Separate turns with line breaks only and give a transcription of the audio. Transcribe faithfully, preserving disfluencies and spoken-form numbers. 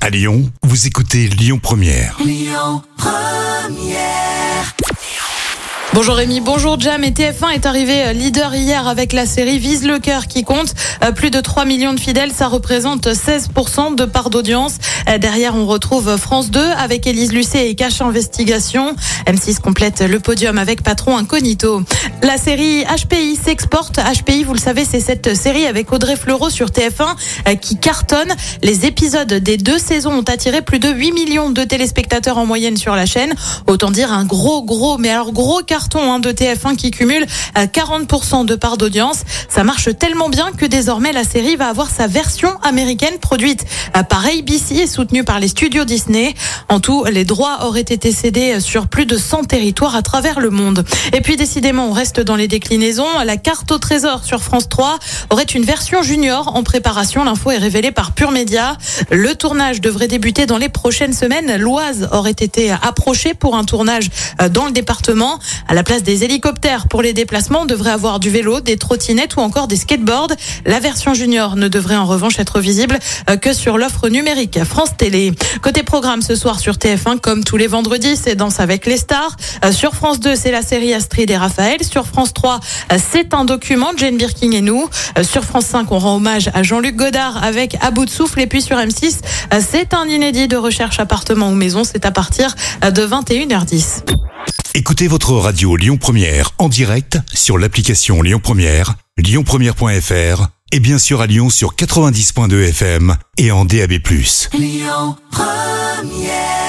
À Lyon, vous écoutez Lyon Première.
Lyon Première.
Bonjour Rémi, bonjour Jam. Et T F un est arrivé leader hier avec la série Vise le cœur qui compte plus de trois millions de fidèles. Ça représente seize pour cent de part d'audience. Derrière, on retrouve France deux avec Élise Lucet et Cache Investigation. M six complète le podium avec Patron Incognito. La série H P I s'exporte. H P I, vous le savez, c'est cette série avec Audrey Fleurot sur T F un qui cartonne. Les épisodes des deux saisons ont attiré plus de huit millions de téléspectateurs en moyenne sur la chaîne. Autant dire un gros, gros, mais alors gros carton de T F un qui cumule quarante pour cent de part d'audience. Ça marche tellement bien que désormais la série va avoir sa version américaine produite par A B C et soutenue par les studios Disney. En tout, les droits auraient été cédés sur plus de cent territoires à travers le monde. Et puis décidément, on reste dans les déclinaisons. La carte au trésor sur France trois aurait une version junior en préparation. L'info est révélée par Pure Média. Le tournage devrait débuter dans les prochaines semaines. L'Oise aurait été approchée pour un tournage dans le département. À la place des hélicoptères pour les déplacements, on devrait avoir du vélo, des trottinettes ou encore des skateboards. La version junior ne devrait en revanche être visible que sur l'offre numérique France Télé. Côté programme ce soir sur T F un, comme tous les vendredis, c'est Danse avec les stars. Sur France deux, c'est la série Astrid et Raphaël. Sur France trois, c'est un document, Jane Birkin et nous. Sur France cinq, on rend hommage à Jean-Luc Godard avec À bout de souffle. Et puis sur M six, c'est un inédit de recherche appartement ou maison. C'est à partir de vingt et une heures dix.
Écoutez votre radio Lyon Première en direct sur l'application Lyon Première, lyon première point f r et bien sûr à Lyon sur quatre-vingt-dix point deux F M et en D A B plus.
Lyon Première.